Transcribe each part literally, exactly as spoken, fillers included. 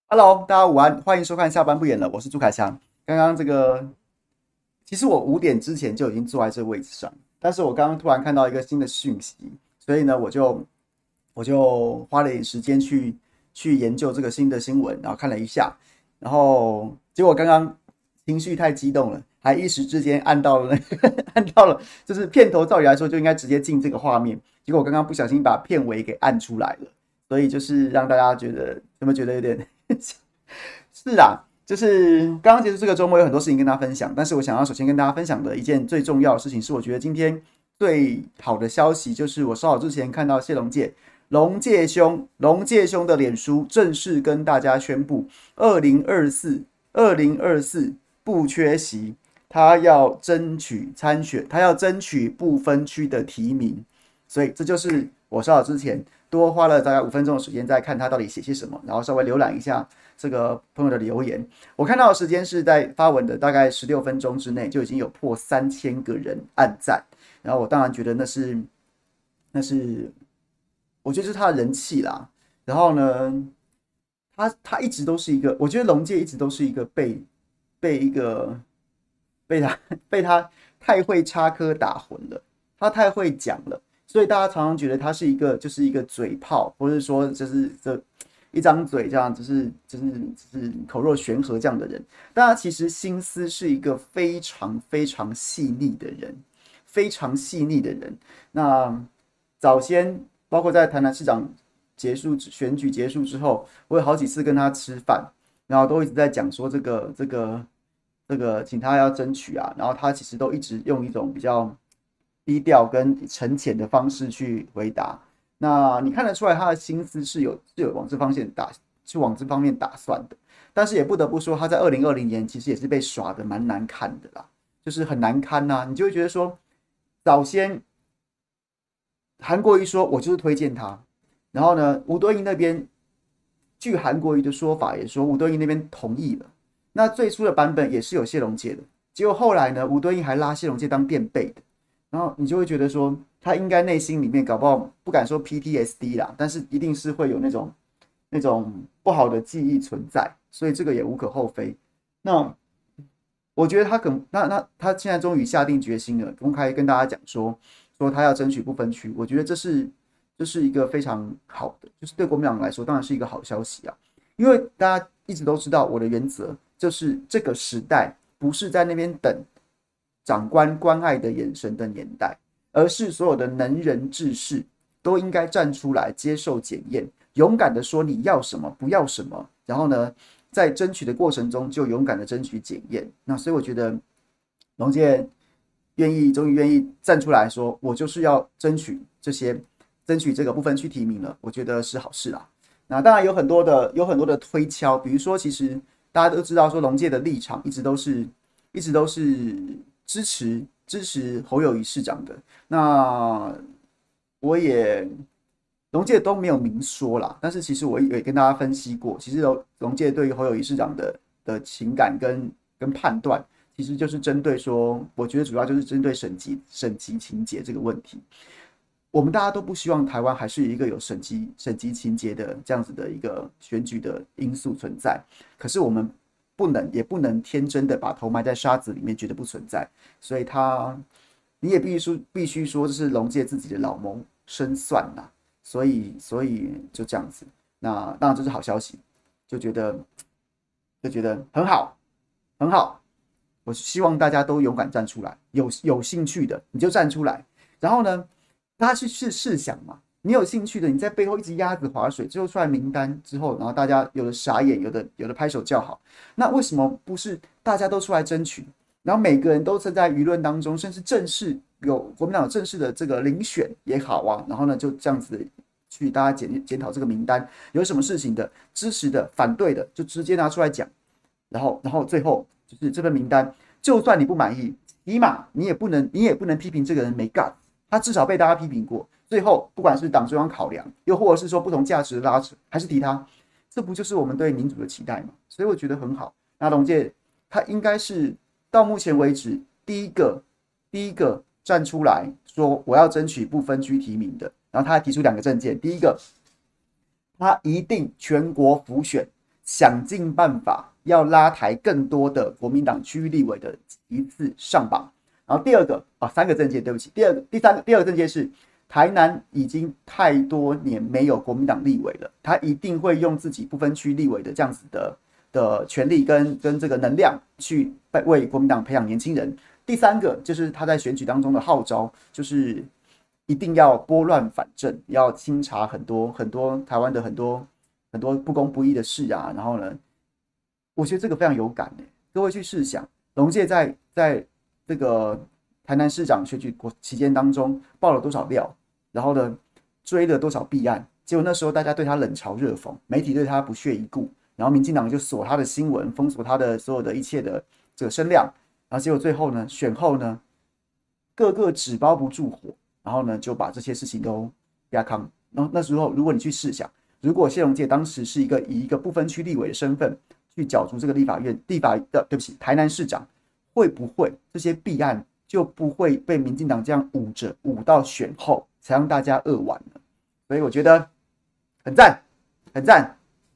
Hello，大家午安，欢迎收看下班不演了，我是朱凯翔。刚刚这个，其实我五点之前就已经坐在这个位置上，但是我刚刚突然看到一个新的讯息，所以呢，我就我就花了点时间去去研究这个新的新闻，然后看了一下，然后结果刚刚情绪太激动了，还一时之间按到了那个按到了，就是片头照理来说就应该直接进这个画面，结果我刚刚不小心把片尾给按出来了，所以就是让大家觉得有没有觉得有点是啊，就是刚刚结束这个周末有很多事情跟大家分享，但是我想要首先跟大家分享的一件最重要的事情是，我觉得今天最好的消息就是我稍早之前看到谢龙介，龙介兄，龙介兄的脸书正式跟大家宣布，二零二四，二零二四不缺席，他要争取参选，他要争取不分区的提名，所以这就是我稍早之前多花了大概五分钟的时间在看他到底写些什么，然后稍微浏览一下这个朋友的留言。我看到的时间是在发文的大概十六分钟之内就已经有破三千个人按赞，然后我当然觉得那是那是我觉得就是他的人气啦。然后呢，他他一直都是一个，我觉得龙介一直都是一个被被一个被他被他太会插科打诨了，他太会讲了，所以大家常常觉得他是一个就是一个嘴炮，或者说就是这一张嘴这样，就是就是就是口若悬河这样的人。但他其实心思是一个非常非常细腻的人，非常细腻的人。那早先包括在台南市长结束选举结束之后，我有好几次跟他吃饭，然后都一直在讲说这个这个这个，请他要争取啊，然后他其实都一直用一种比较低调跟沉潜的方式去回答。那你看得出来他的心思是有是有往这方面打是往这方面打算的，但是也不得不说他在二零二零年其实也是被耍的蛮难看的啦，就是很难堪呐、啊，你就会觉得说早先韩国瑜说我就是推荐他，然后呢吴敦义那边据韩国瑜的说法也说吴敦义那边同意了，那最初的版本也是有谢龙介的，结果后来呢吴敦义还拉谢龙介当垫背的，然后你就会觉得说他应该内心里面搞不好不敢说 P T S D 啦，但是一定是会有那种那种不好的记忆存在，所以这个也无可厚非。那我觉得他可能，那那他现在终于下定决心了，公开跟大家讲说，说他要争取不分区。我觉得这是这是一个非常好的，就是对国民党来说，当然是一个好消息啊。因为大家一直都知道我的原则，就是这个时代不是在那边等长官关爱的眼神的年代，而是所有的能人志士都应该站出来接受检验，勇敢的说你要什么，不要什么，然后呢，在争取的过程中就勇敢的争取检验。那所以我觉得龙介愿意，终于愿意站出来说，我就是要争取这些，争取这个不分区提名了，我觉得是好事啦。那当然有很多的有很多的推敲，比如说，其实大家都知道说龙介的立场一直都是一直都是支持支持侯友谊市长的。那我也龙介都没有明说啦，但是其实我也跟大家分析过，其实龙龙介对于侯友谊市长的的情感跟跟判断，其实就是针对说，我觉得主要就是针对省级省级情节这个问题。我们大家都不希望台湾还是一个有省级省级情节的这样子的一个选举的因素存在，可是我们不能也不能天真的把头埋在沙子里面，觉得不存在。所以他你也必须说必须说这是龙介自己的老谋深算呐、所以所以就这样子。那当然这是好消息，就觉得就觉得很好很好。我希望大家都勇敢站出来，有有兴趣的你就站出来，然后呢，大家去试试想嘛，你有兴趣的，你在背后一直鸭子划水，最后出来名单之后，然后大家有的傻眼，有的有的拍手叫好，那为什么不是大家都出来争取，然后每个人都站在舆论当中，甚至正式有国民党有正式的这个遴选也好啊，然后呢就这样子去大家检检讨这个名单，有什么事情的支持的、反对的，就直接拿出来讲，然后然后最后就是这份名单，就算你不满意，起码你也不能你也不能批评这个人没干。他至少被大家批评过，最后不管是党中央考量，又或者是说不同价值的拉扯，还是提他，这不就是我们对民主的期待吗？所以我觉得很好。那龙介他应该是到目前为止第一个第一个站出来说我要争取不分区提名的，然后他还提出两个政见，第一个他一定全国辅选， 想尽办法要拉抬更多的国民党区域立委的席次上榜。然后第二个啊，三个政见，对不起，第二个、第三个、第二个政见是台南已经太多年没有国民党立委了，他一定会用自己不分区立委的这样子的的权利跟跟这个能量去为国民党培养年轻人。第三个就是他在选举当中的号召，就是一定要拨乱反正，要清查很多很多台湾的很多很多不公不义的事啊。然后呢，我觉得这个非常有感诶，各位去试想，龙介在在这个台南市长选举期间当中爆了多少料，然后呢追了多少弊案，结果那时候大家对他冷嘲热讽，媒体对他不屑一顾，然后民进党就锁他的新闻，封锁他的所有的一切的这个声量，然后结果最后呢，选后呢，个个纸包不住火，然后呢就把这些事情都压康。然后那时候，如果你去试想，如果谢龙介当时是一个以一个不分区立委的身份去角逐这个立法院立法的，对不起，台南市长，会不会这些弊案就不会被民进党这样捂着，捂到选后才让大家扼腕呢？所以我觉得很赞，很赞。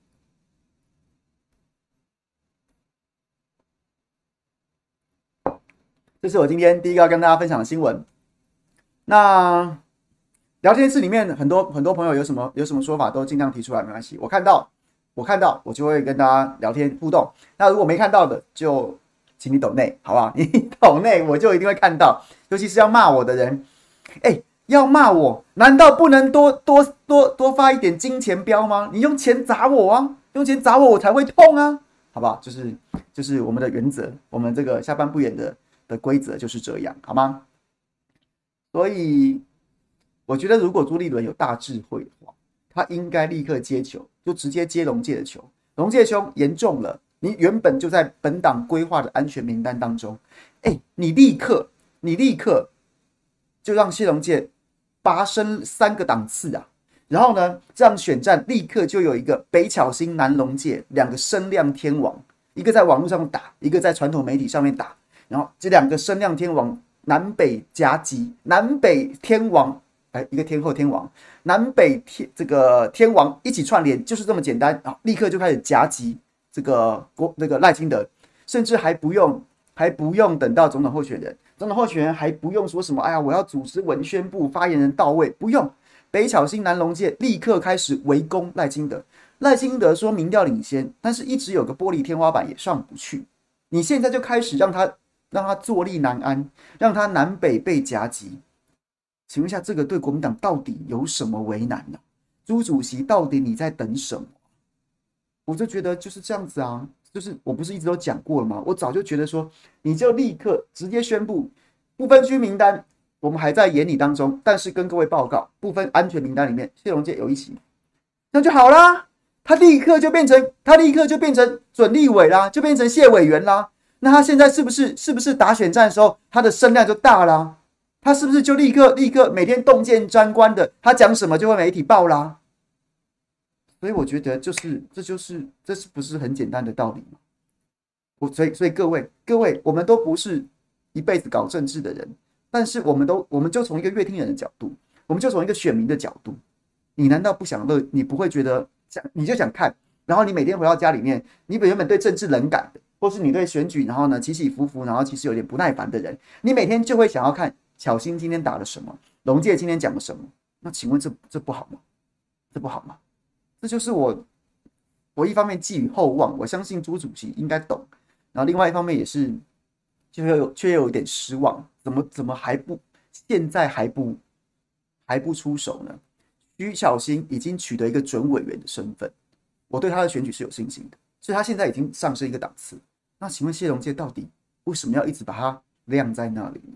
这是我今天第一个要跟大家分享的新闻。那聊天室里面很多很多朋友有什么有什么说法都尽量提出来，没关系。我看到我看到我就会跟大家聊天互动。那如果没看到的，就请你抖内，好不好？你抖内我就一定会看到，尤其是要骂我的人，哎，要骂我，难道不能多多多多发一点金钱标吗？你用钱砸我啊，用钱砸我，我才会痛啊，好不好？就是就是我们的原则，我们这个下班不远的。的规则就是这样，好吗？所以我觉得，如果朱立伦有大智慧的话，他应该立刻接球，就直接接龙介的球。龙介兄严重了，你原本就在本党规划的安全名单当中，哎，你立刻，你立刻就让谢龙介拔升三个档次啊！然后呢，这样选战立刻就有一个北巧星、南龙介两个声量天王，一个在网络上打，一个在传统媒体上面打。然后这两个声量天王南北夹击，南北天王，哎，一个天后天王，南北天这个天王一起串联，就是这么简单啊！立刻就开始夹击这个国那个赖清德，甚至还不用还不用等到总统候选人，总统候选人还不用说什么，哎呀，我要组织文宣部发言人到位，不用，北巧星南龙介立刻开始围攻赖清德。赖清德说民调领先，但是一直有个玻璃天花板也上不去，你现在就开始让他。让他坐立难安，让他南北被夹击。请问一下，这个对国民党到底有什么为难呢、啊？朱主席，到底你在等什么？我就觉得就是这样子啊，就是我不是一直都讲过了吗？我早就觉得说，你就立刻直接宣布不分区名单，我们还在研拟当中，但是跟各位报告，不分安全名单里面，谢龙介有一席，那就好啦。他立刻就变成，他立刻就变成准立委啦，就变成谢委员啦。那他现在是不是是不是打选战的时候，他的声量就大啦、啊？他是不是就立刻立刻每天洞见沾官的，他讲什么就会媒体报啦？所以我觉得就是这就是这是不是很简单的道理吗？我所以所以各位各位，我们都不是一辈子搞政治的人，但是我们都我们就从一个乐听人的角度，我们就从一个选民的角度，你难道不想乐？你不会觉得想你就想看，然后你每天回到家里面，你原本对政治冷感的。或是你对选举，然后呢起起伏伏，然后其实有点不耐烦的人，你每天就会想要看巧芯今天打了什么，龙介今天讲了什么。那请问这这不好吗？这不好吗？这就是我我一方面寄予厚望，我相信朱主席应该懂，然后另外一方面也是就有却有一点失望，怎么怎么还不现在还不还不出手呢？徐巧芯已经取得一个准委员的身份，我对他的选举是有信心的，所以他现在已经上升一个档次。那请问谢龙介到底为什么要一直把它晾在那里呢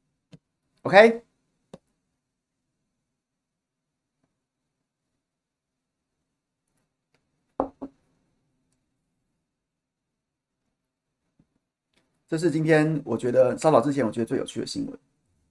？OK， 这是今天我觉得稍早之前我觉得最有趣的新闻。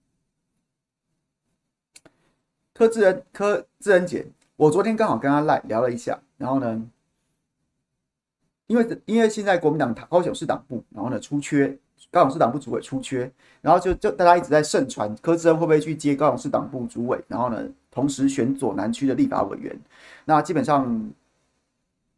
柯志恩，柯志恩姐，我昨天刚好跟他赖聊了一下，然后呢？因为因为现在国民党高雄市党部，然后呢出缺，高雄市党部主委出缺，然后就就大家一直在盛传柯志恩会不会去接高雄市党部主委，然后呢同时选左南区的立法委员。那基本上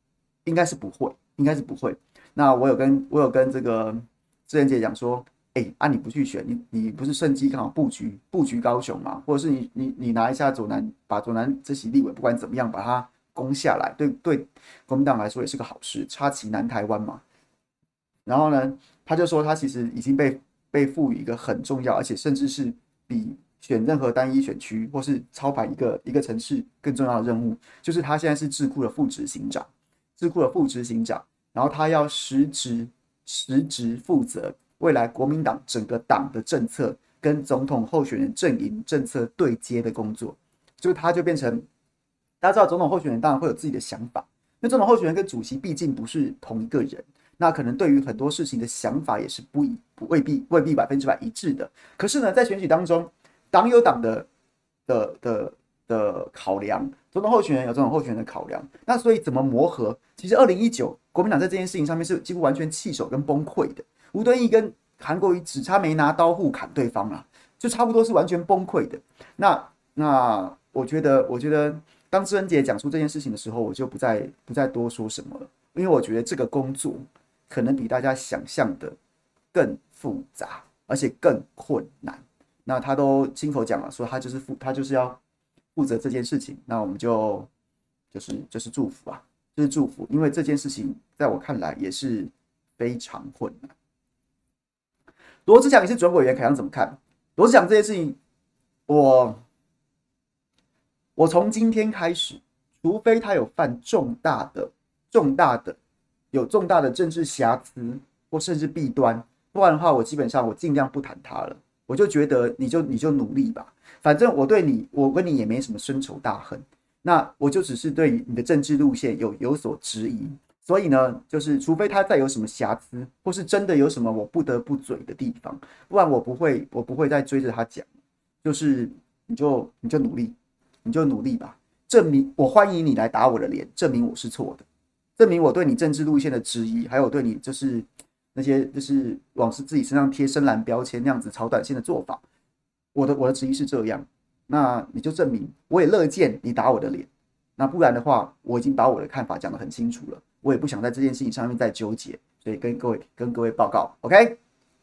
应该是不会，应该是不会。那我有跟我有跟这个志仁姐讲说，哎、欸，啊你不去选，你你不是趁机刚好布局布局高雄嘛，或者是你你你拿一下左南，把左南这席立委不管怎么样把它攻下来，对对，国民党来说也是个好事，插旗南台湾嘛。然后呢，他就说他其实已经被被赋予一个很重要，而且甚至是比选任何单一选区或是操盘一个一个城市更重要的任务，就是他现在是智库的副执行长，智库的副执行长，然后他要实质实质负责未来国民党整个党的政策跟总统候选人阵营政策对接的工作，就他就变成大家知道总统候选人当然会有自己的想法，因为总统候选人跟主席毕竟不是同一个人。那可能对于很多事情的想法也是不一不未必未必百分之百一致的。可是呢，在选举当中，党有党的的的的考量，总统候选人有总统候选人的考量。那所以怎么磨合？其实二零一九国民党在这件事情上面是几乎完全弃守跟崩溃的。吴敦义跟韩国瑜只差没拿刀互砍对方啊，就差不多是完全崩溃的。那那我觉得，我觉得当志恩姐讲出这件事情的时候，我就不再不再多说什么了，因为我觉得这个工作可能比大家想象的更复杂，而且更困难。那他都亲口讲了，说他就是负，他就是要负责这件事情。那我们就就是就是祝福啊，就是祝福，因为这件事情在我看来也是非常困难。罗志祥也是主任委员，凯阳怎么看？罗志祥这件事情，我我从今天开始，除非他有犯重大的重大的。有重大的政治瑕疵或甚至弊端，不然的话，我基本上我尽量不谈他了。我就觉得你就你就努力吧，反正我对你，我跟你也没什么深仇大恨。那我就只是对你的政治路线有有所质疑，所以呢，就是除非他再有什么瑕疵，或是真的有什么我不得不嘴的地方，不然我不会我不会再追着他讲。就是你就你就努力，你就努力吧，证明我欢迎你来打我的脸，证明我是错的。证明我对你政治路线的质疑，还有对你就是那些就是往自己身上贴深蓝标签那样子炒短线的做法，我的我的质疑是这样，那你就证明我也乐见你打我的脸，那不然的话，我已经把我的看法讲得很清楚了，我也不想在这件事情上面再纠结，所以跟各位跟各位报告 ，OK。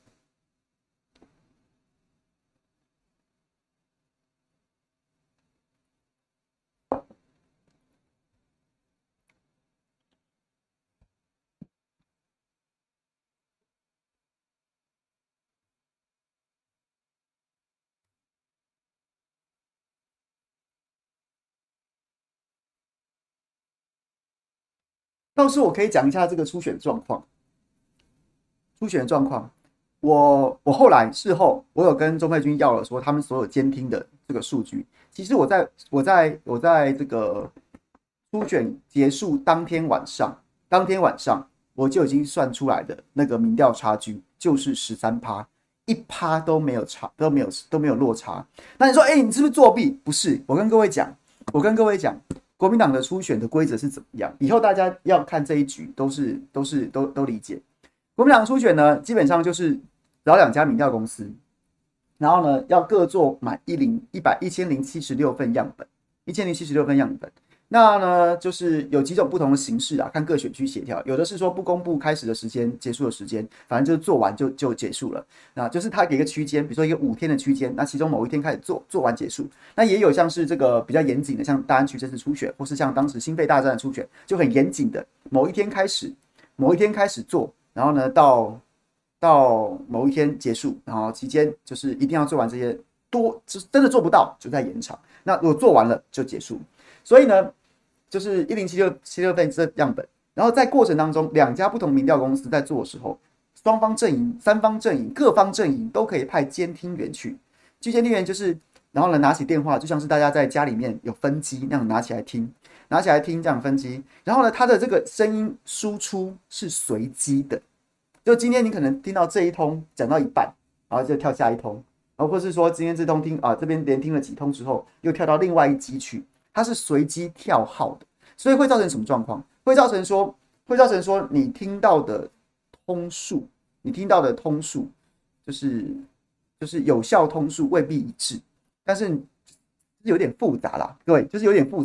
倒是我可以讲一下这个初选状况，初选的状况，我我后来事后我有跟钟佩君要了说他们所有监听的这个数据，其实我在我在我在这个初选结束当天晚上，当天晚上我就已经算出来的那个民调差距就是十三趴，一趴都没有差，都没有都没有落差。那你说，哎、欸，你是不是作弊？不是，我跟各位讲，我跟各位讲。国民党的初选的规则是怎么样？以后大家要看这一局，都是都是都都理解。国民党的初选呢，基本上就是找两家民调公司，然后呢要各做满一零一百一千零七十六份样本，一千零七十六份样本。那呢，就是有几种不同的形式啊，看各选区协调。有的是说不公布开始的时间、结束的时间，反正就是做完就就结束了。那就是他给一个区间，比如说一个五天的区间，那其中某一天开始做，做完结束。那也有像是这个比较严谨的，像大安区这次初选，或是像当时新废大战的初选，就很严谨的，某一天开始，某一天开始做，然后呢到到某一天结束，然后期间就是一定要做完这些，多真的做不到就再延长。那如果做完了就结束。所以呢，就是一零七六七六份这样本，然后在过程当中，两家不同民调公司在做的时候，双方阵营、三方阵营、各方阵营都可以派监听员去。去监听员就是，然后呢拿起电话，就像是大家在家里面有分机那样拿起来听，拿起来听这样分机。然后呢，它的这个声音输出是随机的，就今天你可能听到这一通讲到一半，然后就跳下一通，然后或是说今天这通听啊这边连听了几通之后，又跳到另外一机去。它是随机跳号的，所以会造成什么状况？会造成说，会造成说，你听到的通数，你听到的通数，就是就是有效通数未必一致，但是有点复杂啦，各位，就是有点复杂。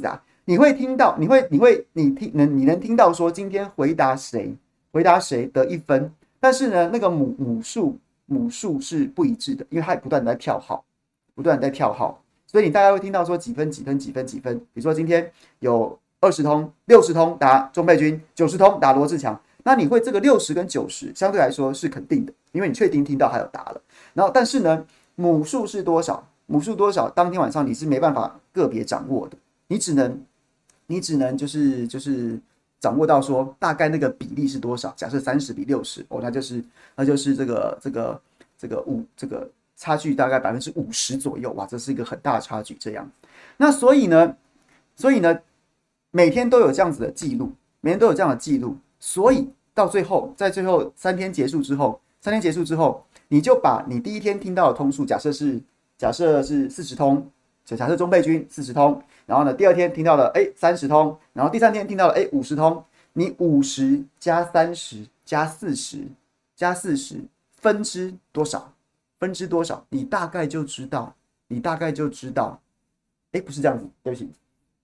你会听到，你会你会你听能你能听到说今天回答谁回答谁得一分，但是呢，那个母母数母数是不一致的，因为它不断的在跳号，不断的在跳号，所以你大概会听到说几分几分几分几分，比如说今天有二十通、六十通答钟佩君，九十通答罗志强，那你会这个六十跟九十相对来说是肯定的，因为你确定听到还有答了。然后但是呢，母数是多少？母数多少？当天晚上你是没办法个别掌握的，你只能你只能就是就是掌握到说大概那个比例是多少。假设三十比六十，哦，那就是那就是这个这个这个五这个差距大概百分之五十左右，哇，这是一个很大的差距。这样，那所以呢，所以呢，每天都有这样子的记录，每天都有这样的记录，所以到最后，在最后三天结束之后，三天结束之后，你就把你第一天听到的通数，假设是假设是四十通，就假设钟佩君四十通。然后呢，第二天听到了哎三十通，然后第三天听到了哎五十通，你五十加三十加四十加四十分之多少？分之多少？你大概就知道，你大概就知道，哎，不是这样子，对不起，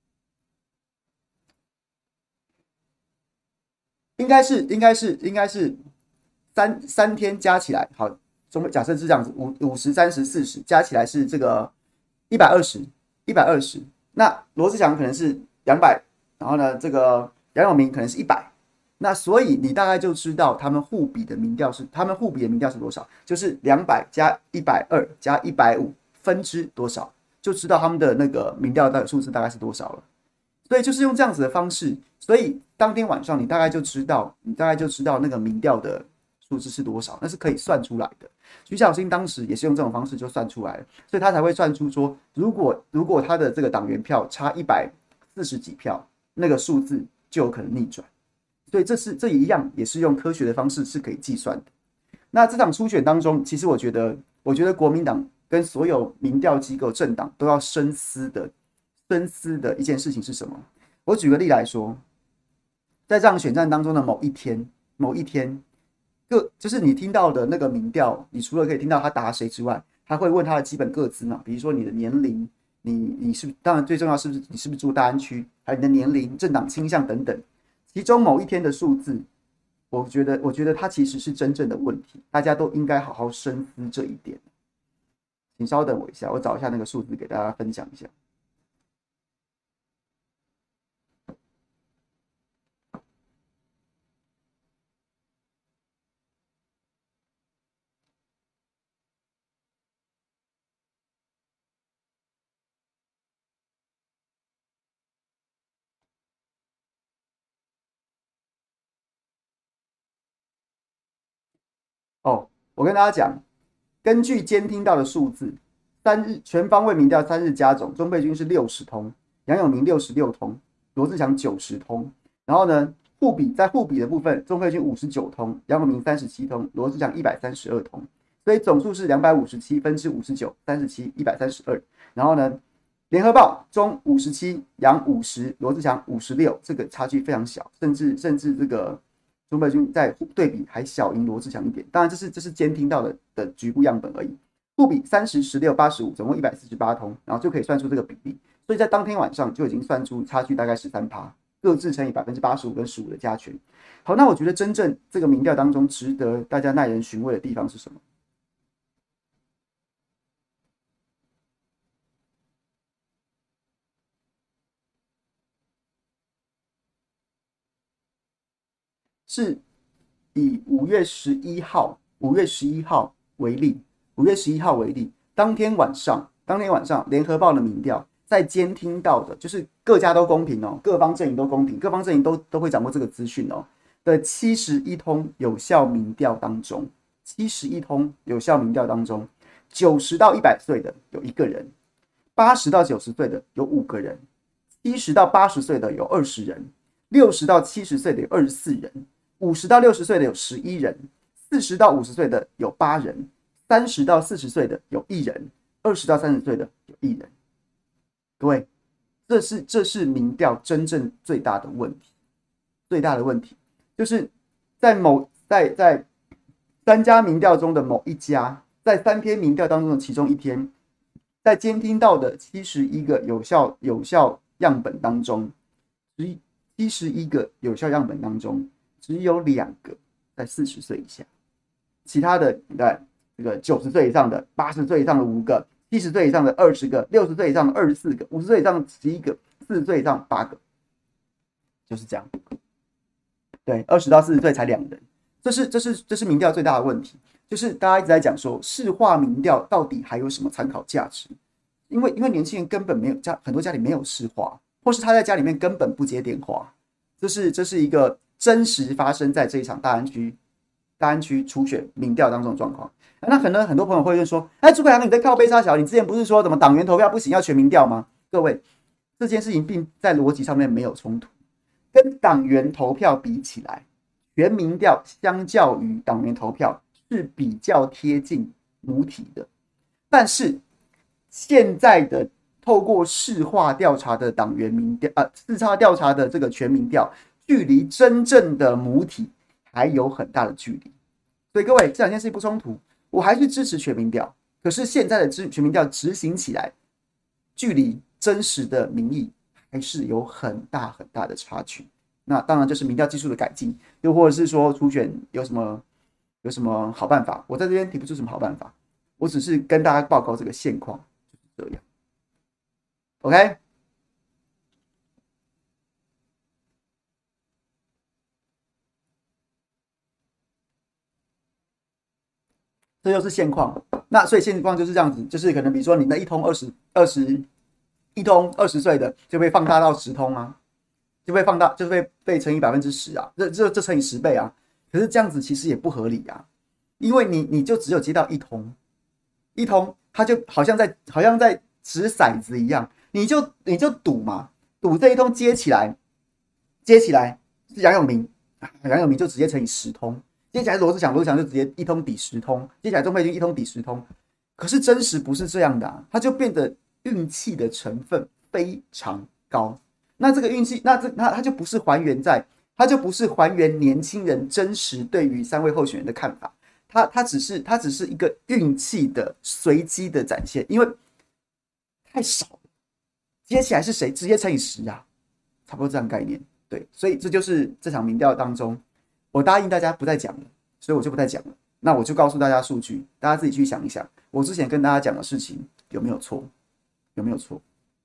应该是应该是应该是三三天加起来，好，中假设是这样子，五五十三十四十加起来是这个一百二十一百二十。那罗志祥可能是两百，然后呢，这个杨永明可能是一百，那所以你大概就知道他们互比的民调是，他们互比的民调是多少，就是两百加一百二加一百五分之多少，就知道他们的那个民调的数字大概是多少了。所以就是用这样子的方式，所以当天晚上你大概就知道，你大概就知道那个民调的数字是多少，那是可以算出来的。徐小新当时也是用这种方式就算出来了，所以他才会算出说，如果如果他的这个党员票差一百四十几票，那个数字就有可能逆转。所以这是这一样也是用科学的方式是可以计算的。那这场初选当中，其实我觉得，我觉得国民党跟所有民调机构、政党都要深思的、深思的一件事情是什么？我举个例来说，在这场选战当中的某一天，某一天。个就是你听到的那个民调，你除了可以听到他答谁之外，他会问他的基本个资嘛，比如说你的年龄，你你是当然最重要是不是你是不是住大安区，还有你的年龄、政党倾向等等。其中某一天的数字，我觉得我觉得它其实是真正的问题，大家都应该好好深思这一点。请稍等我一下，我找一下那个数字给大家分享一下。哦，我跟大家讲，根据监听到的数字，三日全方位民调三日加总，钟佩君是六十通，杨永明六十六通，罗志祥九十通。然后呢，互比在互比的部分，钟佩君五十九通，杨永明三十七通，罗志祥一百三十二通。所以总数是两百五十七分之五十九，三十七，一百三十二。然后呢，联合报中五十七，杨五十，罗志祥五十六，这个差距非常小，甚至甚至这个。钟佩君在对比还小赢罗志祥一点，当然这是这是监听到的的局部样本而已。互比三十、十六、八十五，总共一百四十八通，然后就可以算出这个比例。所以在当天晚上就已经算出差距大概十三趴，各自乘以百分之八十五跟十五的加权。好，那我觉得真正这个民调当中值得大家耐人寻味的地方是什么？是以五月十一号，五月十一号为例，五月十一号为例，当天晚上，当天晚上，联合报的民调在监听到的，就是各家都公平哦，各方阵营都公平，各方阵营都都会掌握这个资讯哦的七十一通有效民调当中，七十一通有效民调当中，九十到一百岁的有一个人，八十到九十岁的有五个人，七十到八十岁的有二十人，六十到七十岁的有二十四人。五十到六十岁的有十一人，四十到五十岁的有八人，三十到四十岁的有一人，二十到三十岁的有一人。各位，这是这是民调真正最大的问题，最大的问题就是在某在在三家民调中的某一家，在三篇民调当中的其中一天，在监听到的七十一个有效有效样本当中，七十一个有效样本当中，只有两个在四十岁以下，其他的你看这个九十岁以上的、八十岁以上的五个、七十岁以上的二十个、六十岁以上的二十四个、五十岁以上十一个、四十岁以上八个，就是这样。对，二十到四十岁才两人，这是这是这是民调最大的问题，就是大家一直在讲说市话民调到底还有什么参考价值？因为因为年轻人根本没有家，很多家里没有市话，或是他在家里面根本不接电话，这是这是一个真实发生在这一场大安区大安区初选民调当中的状况。那可能很多朋友会问说：“哎，诸葛亮，你在靠背杀小？你之前不是说怎么党员投票不行，要全民调吗？”各位，这件事情并在逻辑上面没有冲突。跟党员投票比起来，全民调相较于党员投票是比较贴近母体的，但是现在的透过市话调查的党员民调，呃，市话调查的这个全民调，距离真正的母体还有很大的距离。所以各位，这两件事不冲突，我还是支持全民调。可是现在的全民调执行起来，距离真实的民意还是有很大很大的差距。那当然就是民调技术的改进，又或者是说初选有什么有什么好办法，我在这边提不出什么好办法，我只是跟大家报告这个现况，就是这样。OK， 这就是现况。那所以现况就是这样子，就是可能比如说你的一通二十二十一通二十岁的就被放大到十通啊，就被放大就被被乘以百分之十啊，这这这乘以十倍啊。可是这样子其实也不合理啊，因为你你就只有接到一通，一通它就好像在好像在掷骰子一样，你就你就赌嘛，赌这一通接起来，接起来是杨永明，杨永明就直接乘以十通。接下来罗志祥，罗志祥就直接一通抵十通，接下来钟佩君一通抵十通。可是真实不是这样的啊，它就变得运气的成分非常高。那这个运气，那这那它就不是还原在，它就不是还原年轻人真实对于三位候选人的看法，它它只是它只是一个运气的随机的展现，因为太少了，接起来是谁直接乘以十啊，差不多这样概念。对，所以这就是这场民调当中，我答应大家不再讲了，所以我就不再讲了。那我就告诉大家数据，大家自己去想一想，我之前跟大家讲的事情有没有错？有没有错？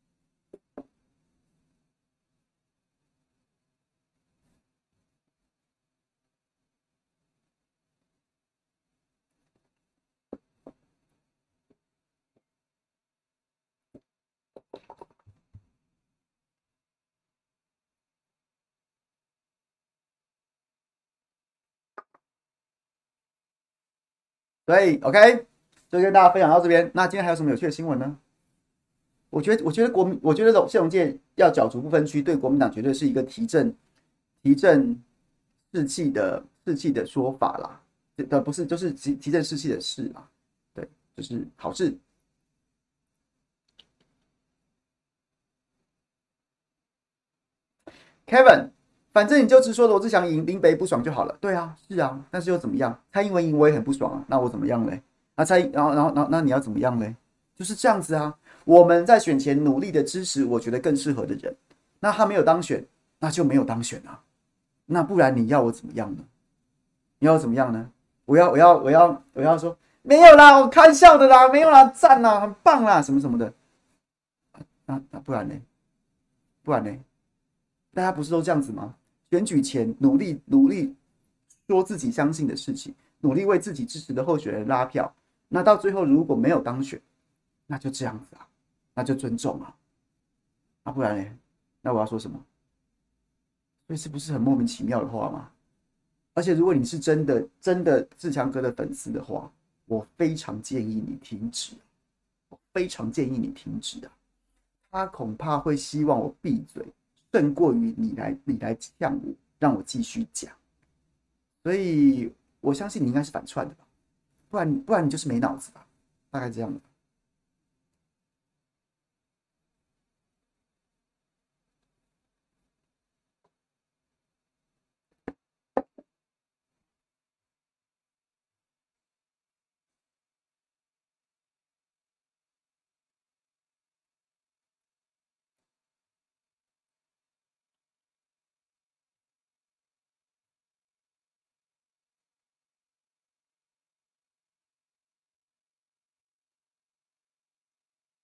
所以 OK，就跟大家分享到这边。那今天还有什么有趣的新闻呢？我觉得，我觉得国民，我觉得谢龙介要角逐不分区，对国民党绝对是一个提振、提振士气的士气的说法啦。呃，不是，就是提提振士气的事啦。对，就是好事。Kevin，反正你就直说罗志祥赢，林北不爽就好了。对啊，是啊，但是又怎么样？蔡英文赢我也很不爽啊，那我怎么样嘞？那蔡，然后然后然后那你要怎么样嘞？就是这样子啊。我们在选前努力的支持我觉得更适合的人，那他没有当选，那就没有当选啊。那不然你要我怎么样呢？你要我怎么样呢？我要我要我要我要说没有啦，我开笑的啦，没有啦，赞啦，很棒啦，什么什么的。那那不然呢？不然呢？大家不是都这样子吗？选举前努力努力说自己相信的事情，努力为自己支持的候选人拉票，那到最后如果没有当选，那就这样子啊，那就尊重啊，啊不然呢？那我要说什么？所以是不是很莫名其妙的话吗？而且如果你是真的真的志强哥的粉丝的话，我非常建议你停止，我非常建议你停止啊！他恐怕会希望我闭嘴，胜过于你来你来呛我，让我继续讲。所以我相信你应该是反串的吧，不然不然你就是没脑子吧，大概这样的。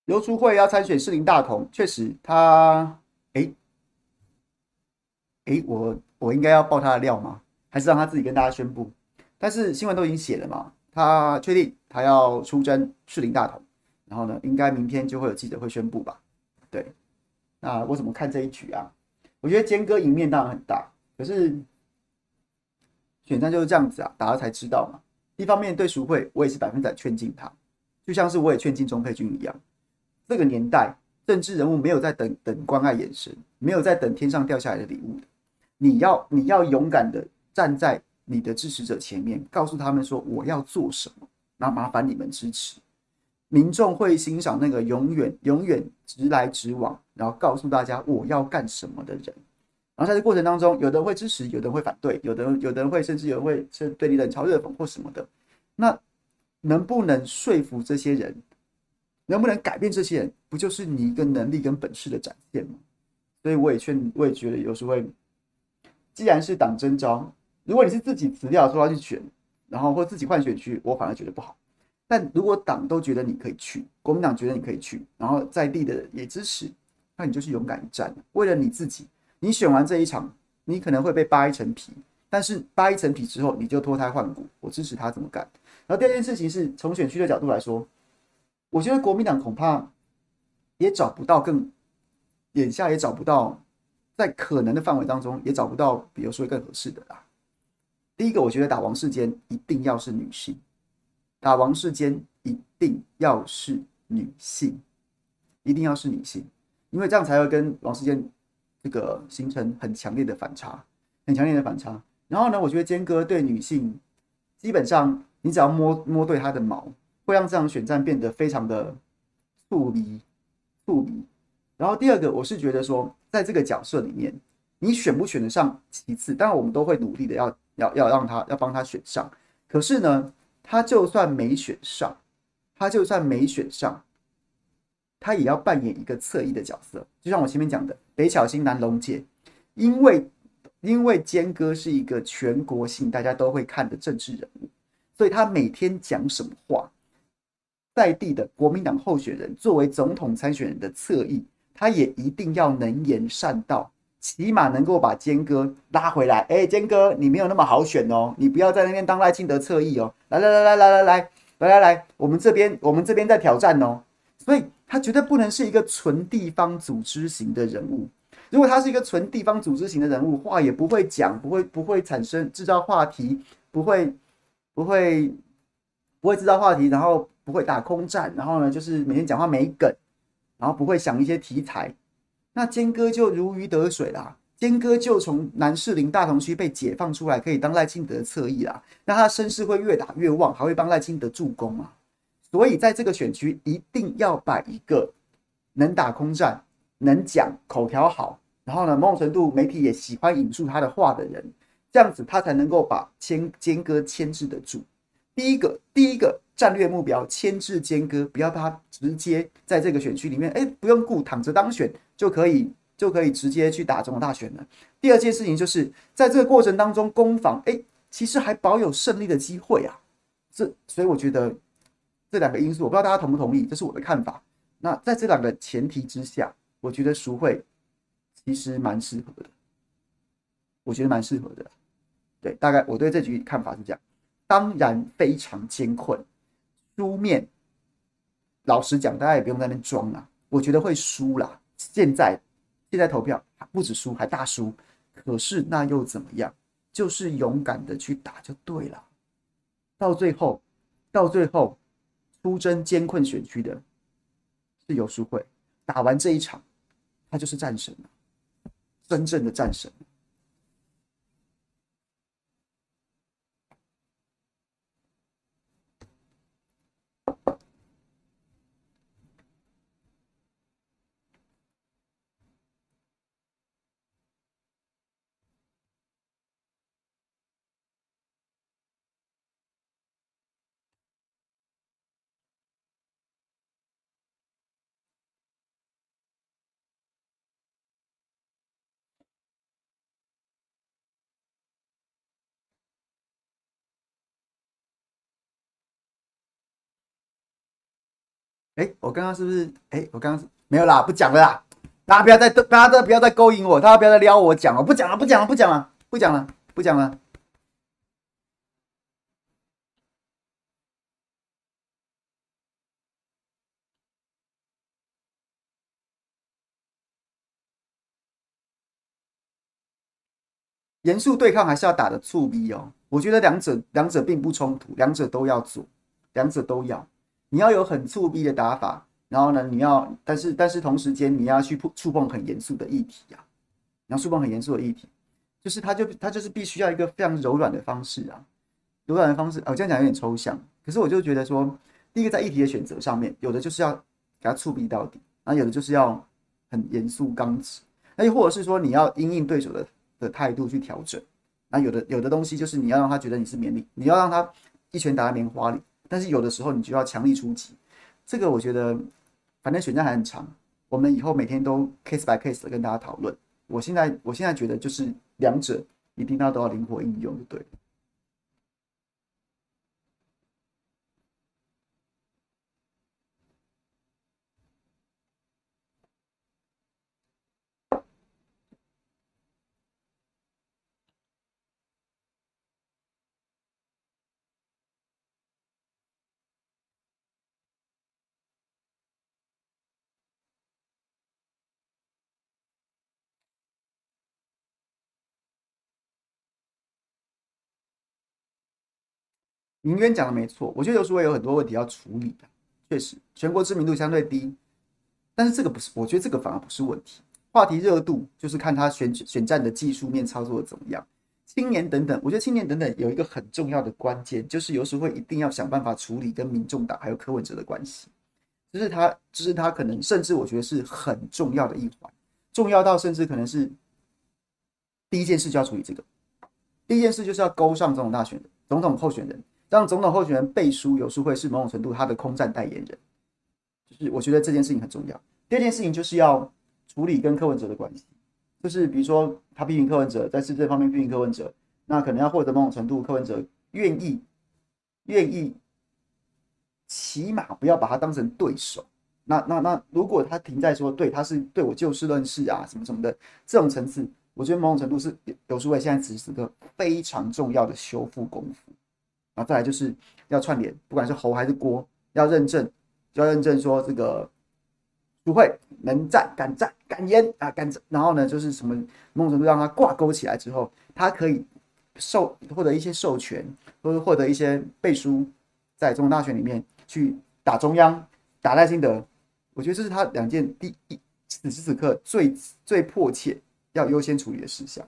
游淑慧要参选士林大同，确实他，哎哎，我我应该要爆他的料吗？还是让他自己跟大家宣布？但是新闻都已经写了嘛，他确定他要出征士林大同，然后呢，应该明天就会有记者会宣布吧？对，那我怎么看这一局啊？我觉得坚哥赢面当然很大，可是选战就是这样子啊，打了才知道嘛。一方面对赎会，我也是百分百劝进他，就像是我也劝进钟佩君一样。这个年代，政治人物没有在等等关爱眼神，没有在等天上掉下来的礼物的。你要你要勇敢的站在你的支持者前面，告诉他们说我要做什么，那麻烦你们支持。民众会欣赏那个永远永远直来直往，然后告诉大家我要干什么的人。然后在这过程当中，有的人会支持，有的人会反对，有的人有的人会甚至有人会是对你冷嘲热讽或什么的。那能不能说服这些人？能不能改变这些人？不就是你一个能力跟本事的展现吗？所以我也劝，我也觉得有时候会，既然是党征召，如果你是自己辞掉说要去选，然后或自己换选区，我反而觉得不好。但如果党都觉得你可以去，国民党觉得你可以去，然后在地的也支持，那你就去勇敢一战，为了你自己。你选完这一场，你可能会被扒一层皮，但是扒一层皮之后，你就脱胎换骨。我支持他怎么干。然后第二件事情是从选区的角度来说，我觉得国民党恐怕也找不到更，眼下也找不到，在可能的范围当中也找不到，比如说更合适的啦。第一个，我觉得打王世坚一定要是女性，打王世坚一定要是女性，一定要是女性，因为这样才会跟王世坚这个形成很强烈的反差，很强烈的反差。然后呢，我觉得坚哥对女性，基本上你只要摸摸对她的毛，会让这场选战变得非常的醋鼻醋鼻。然后第二个，我是觉得说，在这个角色里面，你选不选得上其次，当然我们都会努力的要要要让他要帮他选上。可是呢，他就算没选上，他就算没选上，他也要扮演一个侧翼的角色。就像我前面讲的，北巧星南龙界，因为因为坚哥是一个全国性大家都会看的政治人物，所以他每天讲什么话，在地的国民党候选人作为总统参选人的侧翼，他也一定要能言善道，起码能够把坚哥拉回来。哎，坚哥，你没有那么好选哦，你不要在那边当赖清德侧翼哦。来来来来来来来来来来，我们这边我们这边在挑战哦。所以他绝对不能是一个纯地方组织型的人物。如果他是一个纯地方组织型的人物，话也不会讲，不会不会产生制造话题，不会不会不会制造话题，然后不会打空战，然后呢就是每天讲话没梗，然后不会想一些题材，那坚哥就如鱼得水啦。坚哥就从南士林大同区被解放出来，可以当赖清德的侧翼啦。那他的声势会越打越旺，还会帮赖清德助攻啊。所以在这个选区，一定要摆一个能打空战、能讲、口条好，然后呢，某种程度媒体也喜欢引述他的话的人，这样子他才能够把坚坚哥牵制得住。第一个，第一个战略目标牵制坚哥，不要他直接在这个选区里面，哎，不用顾躺着当选就可以就可以直接去打总统大选了。第二件事情就是在这个过程当中攻防，哎，其实还保有胜利的机会啊。这所以我觉得这两个因素，我不知道大家同不同意，这是我的看法。那在这两个前提之下，我觉得赎会其实蛮适合的，我觉得蛮适合的。对，大概我对这局看法是这样。当然非常艰困，输面老实讲，大家也不用在那边装啦，我觉得会输啦。现在现在投票不止输，还大输。可是那又怎么样？就是勇敢的去打就对了。到最后，到最后出征艰困选区的是游淑慧，打完这一场，他就是战神了，真正的战神。 哎，我刚刚是不是？哎，我刚刚没有啦，不讲了啦。大家不要再，大家不要再勾引我，大家不要再撩我讲了，不讲了，不讲了，不讲了，不讲了，不讲了。严肃对抗还是要打的触逼哦。我觉得两者两者并不冲突，两者都要做，两者都要。你要有很触逼的打法，然后呢，你要，但是但是同时间你要去触碰很严肃的议题啊，你要触碰很严肃的议题，就是它就它就是必须要一个非常柔软的方式啊，柔软的方式。哦，这样讲有点抽象，可是我就觉得说，第一个在议题的选择上面，有的就是要给它触逼到底，然后有的就是要很严肃刚直，那又或者是说你要因应对手的的态度去调整。那有的有的东西就是你要让他觉得你是绵力，你要让他一拳打在棉花里，但是有的时候你就要强力出击。这个我觉得，反正选战还很长，我们以后每天都 case by case 的跟大家讨论。我现在我现在觉得就是两者一定要都要灵活应用，就对了。林渊讲的没错，我觉得游淑慧有很多问题要处理的，确实全国知名度相对低，但是这个不是，我觉得这个反而不是问题。话题热度就是看他选选战的技术面操作的怎么样。青年等等，我觉得青年等等有一个很重要的关键，就是游淑慧一定要想办法处理跟民众党还有柯文哲的关系，这是他，这是他可能甚至我觉得是很重要的一环，重要到甚至可能是第一件事就要处理这个。第一件事就是要勾上总统大选人、总统候选人，让总统候选人背书，游淑慧是某种程度他的空战代言人，就是我觉得这件事情很重要。第二件事情就是要处理跟柯文哲的关系，就是比如说他批评柯文哲，在市政方面批评柯文哲，那可能要获得某种程度柯文哲愿意愿意，起码不要把他当成对手。那那那，如果他停在说对他是对我就事论事啊什么什么的这种层次，我觉得某种程度是游淑慧现在此时此刻非常重要的修复功夫。然后再来就是要串联，不管是侯还是郭，要认证，就要认证说这个淑慧能战、敢战、敢言啊，敢。然后呢，就是什么某种程度让他挂钩起来之后，他可以授获得一些授权，或者获得一些背书，在总统大选里面去打中央、打赖清德。我觉得这是他两件第一此时此刻最最迫切要优先处理的事项。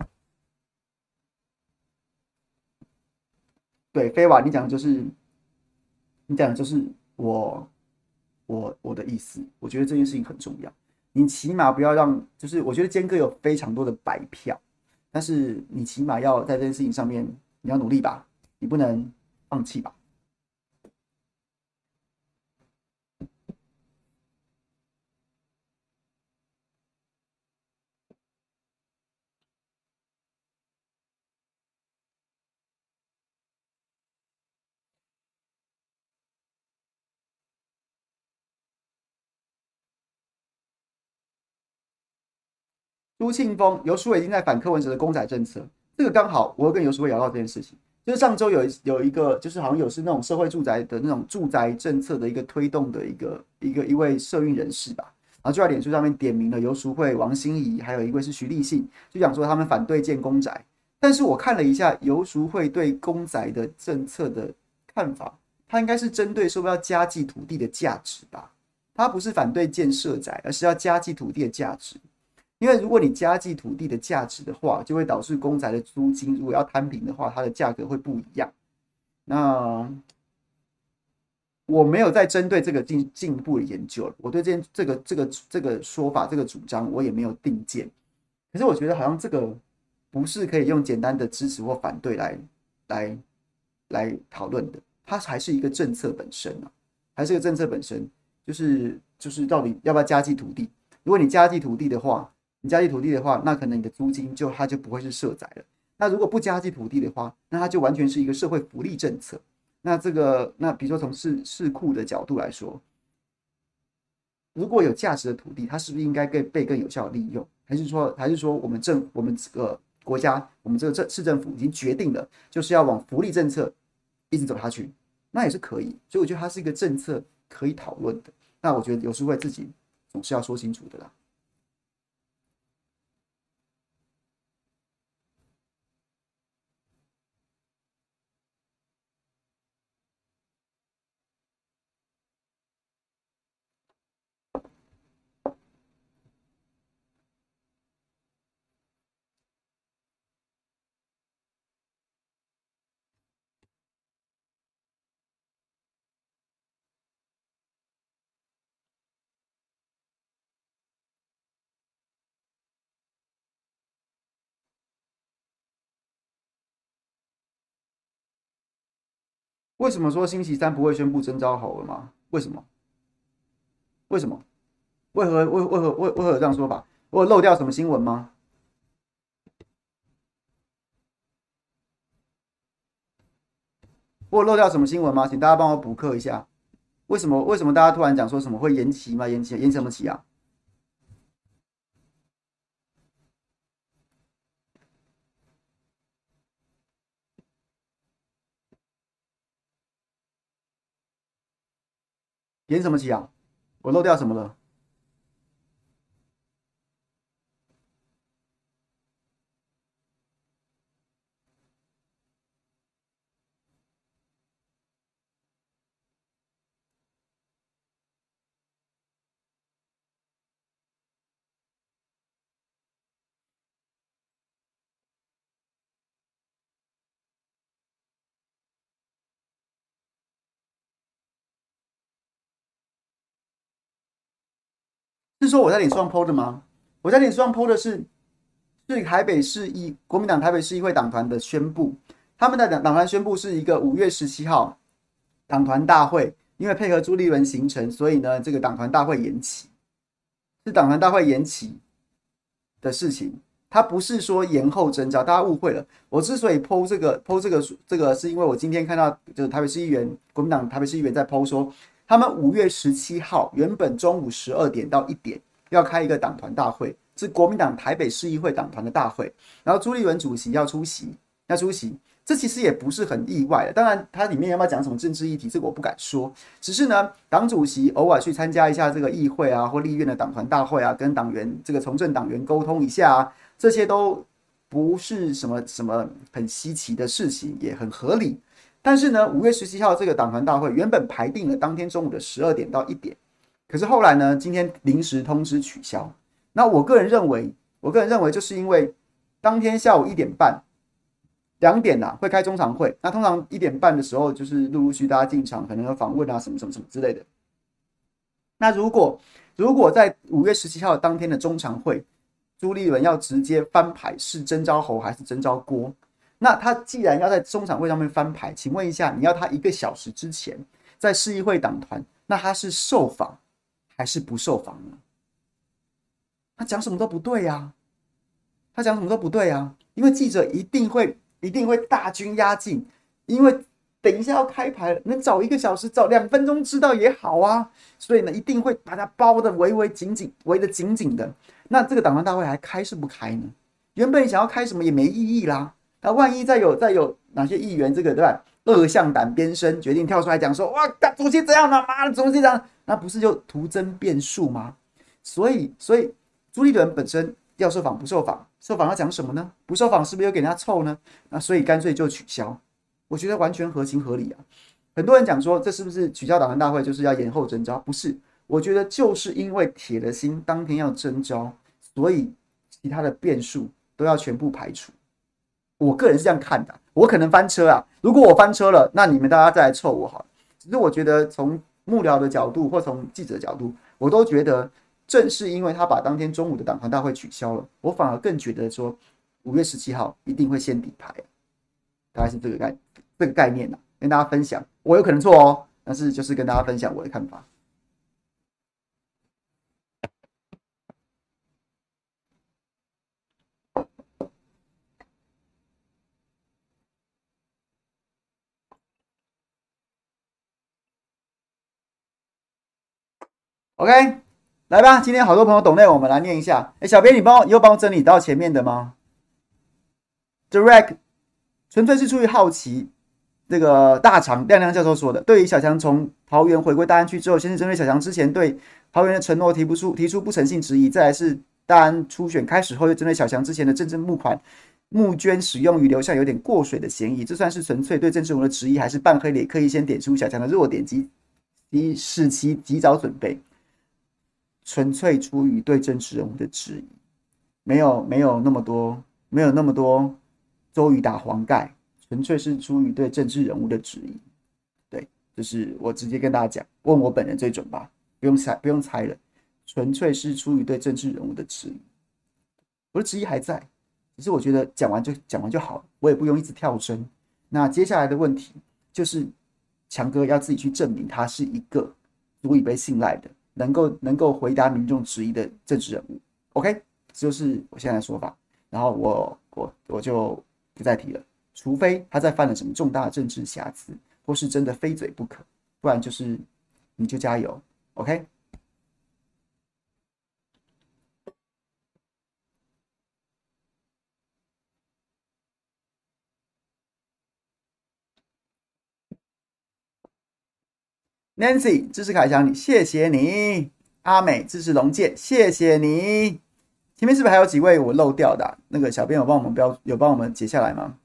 对，飞瓦，你讲的就是你讲的就是我我我的意思。我觉得这件事情很重要，你起码不要让，就是我觉得坚哥有非常多的白票，但是你起码要在这件事情上面你要努力吧，你不能放弃吧。朱庆峰、游淑慧已经在反柯文哲的公仔政策，这个刚好我又跟游淑慧聊到这件事情，就是上周有有一个，就是好像有是那种社会住宅的那种住宅政策的一个推动的一个一个一位社运人士吧，然后就在脸书上面点名了游淑慧、王心怡，还有一位是徐立信，就讲说他们反对建公宅。但是我看了一下游淑慧对公宅的政策的看法，他应该是针对说要加计土地的价值吧，他不是反对建社宅，而是要加计土地的价值。因为如果你加计土地的价值的话，就会导致公宅的租金如果要摊平的话，它的价格会不一样。那我没有在针对这个进进一步的研究了，我对这件这个这个这个说法这个主张我也没有定见。可是我觉得好像这个不是可以用简单的支持或反对来来来讨论的，它还是一个政策本身啊，还是一个政策本身，就是就是到底要不要加计土地？如果你加计土地的话，你加计土地的话，那可能你的租金就它就不会是社宅了。那如果不加计土地的话，那它就完全是一个社会福利政策。那这个，那比如说从市市库的角度来说， 如果有价值的土地，它是不是应该被被更有效的利用？还是说，还是说我们政我们这个国家，我们这个政市政府已经决定了，就是要往福利政策一直走下去，那也是可以。所以我觉得它是一个政策可以讨论的。那我觉得有时会自己总是要说清楚的啦。为什么说星期三不会宣布征召好了吗？为什么？为什么？为何为为何为为何有这样说法？我有漏掉什么新闻吗？我有漏掉什么新闻吗？请大家帮我补课一下。为什么为什么大家突然讲说什么会延期吗？延期延什么期啊？延什么期啊？我漏掉什么了？是说我在脸书上 P O 的吗？我在脸书上 P O 的是是台北市议国民党台北市议会党团的宣布，他们的党党团宣布是一个五月十七号党团大会，因为配合朱立伦行程，所以呢这个党团大会延期，是党团大会延期的事情。他不是说延后征召，大家误会了。我之所以 P O 这个 P O 这个这个，是因为我今天看到就是台北市议员国民党台北市议员在 P O 说，他们五月十七号原本中午十二点到一点要开一个党团大会，是国民党台北市议会党团的大会，然后朱立伦主席要出席，要出席。这其实也不是很意外的，当然，它里面要不要讲什么政治议题，这个我不敢说。只是呢，党主席偶尔去参加一下这个议会啊，或立院的党团大会啊，跟党员这个从政党员沟通一下啊，这些都不是什么什么很稀奇的事情，也很合理。但是呢，五月十七号这个党团大会原本排定了当天中午的十二点到一点，可是后来呢，今天临时通知取消。那我个人认为，我个人认为就是因为当天下午一点半。两点呐、啊、会开中常会，那通常一点半的时候就是陆陆续大家进场，可能有访问啊什么什么什么之类的。那如果如果在五月十七号当天的中常会，朱立伦要直接翻牌是征召侯还是征召郭？那他既然要在中常会上面翻牌，请问一下，你要他一个小时之前在市议会党团，那他是受访还是不受访呢？他讲什么都不对呀、啊，他讲什么都不对啊，因为记者一定会一定会大军压境，因为等一下要开牌了，能早一个小时，早两分钟知道也好啊。所以呢，一定会把它包的围围紧紧，围得紧紧的。那这个党团大会还开是不开呢？原本想要开什么也没意义啦。那万一再有再有哪些议员这个对吧，恶向胆边生，决定跳出来讲说，哇，主席这样的，妈的，主席这样，那不是就徒增变数吗？所以，所以朱立伦本身要受访不受访，受访要讲什么呢？不受访是不是又给人家凑呢？那所以干脆就取消，我觉得完全合情合理啊。很多人讲说，这是不是取消党团大会就是要延后征召？不是，我觉得就是因为铁了心当天要征召，所以其他的变数都要全部排除。我个人是这样看的，我可能翻车啊。如果我翻车了，那你们大家再来凑我好了。只是我觉得从幕僚的角度或从记者的角度，我都觉得正是因为他把当天中午的党团大会取消了，我反而更觉得说五月十七号一定会先底牌，大概是这个概这个概念呐、啊，跟大家分享。我有可能错哦，但是就是跟大家分享我的看法。OK， 来吧，今天好多朋友懂内，我们来念一下。哎，小编，你帮我，你又帮我整理到前面的吗 ？Direct 纯粹是出于好奇。这个大厂亮亮教授说的，对于小强从桃园回归大安区之后，先是针对小强之前对桃园的承诺提不出提出不诚信质疑，再来是大安初选开始后，又针对小强之前的政治募款募捐使用与流向有点过水的嫌疑，这算是纯粹对政治人物的质疑，还是半黑脸刻意先点出小强的弱点及及使其及早准备？纯粹出于对政治人物的质疑，没有没有那么多没有那么多周瑜打黄盖。纯粹是出于对政治人物的质疑，对，就是我直接跟大家讲，问我本人最准吧，不用猜，不用猜了，纯粹是出于对政治人物的质疑。我的质疑还在，只是我觉得讲完就讲完就好了，我也不用一直跳针。那接下来的问题就是，强哥要自己去证明他是一个足以被信赖的，能够能够回答民众质疑的政治人物。OK， 这就是我现在的说法。然后我我我就不再提了。除非他在犯了什么重大的政治瑕疵，或是真的非嘴不可，不然就是你就加油 ，OK？ Nancy 支持凯翔，你谢谢你。阿美支持龙剑，谢谢你。前面是不是还有几位我漏掉的、啊？那个小编有帮我们标有帮我们解下来吗？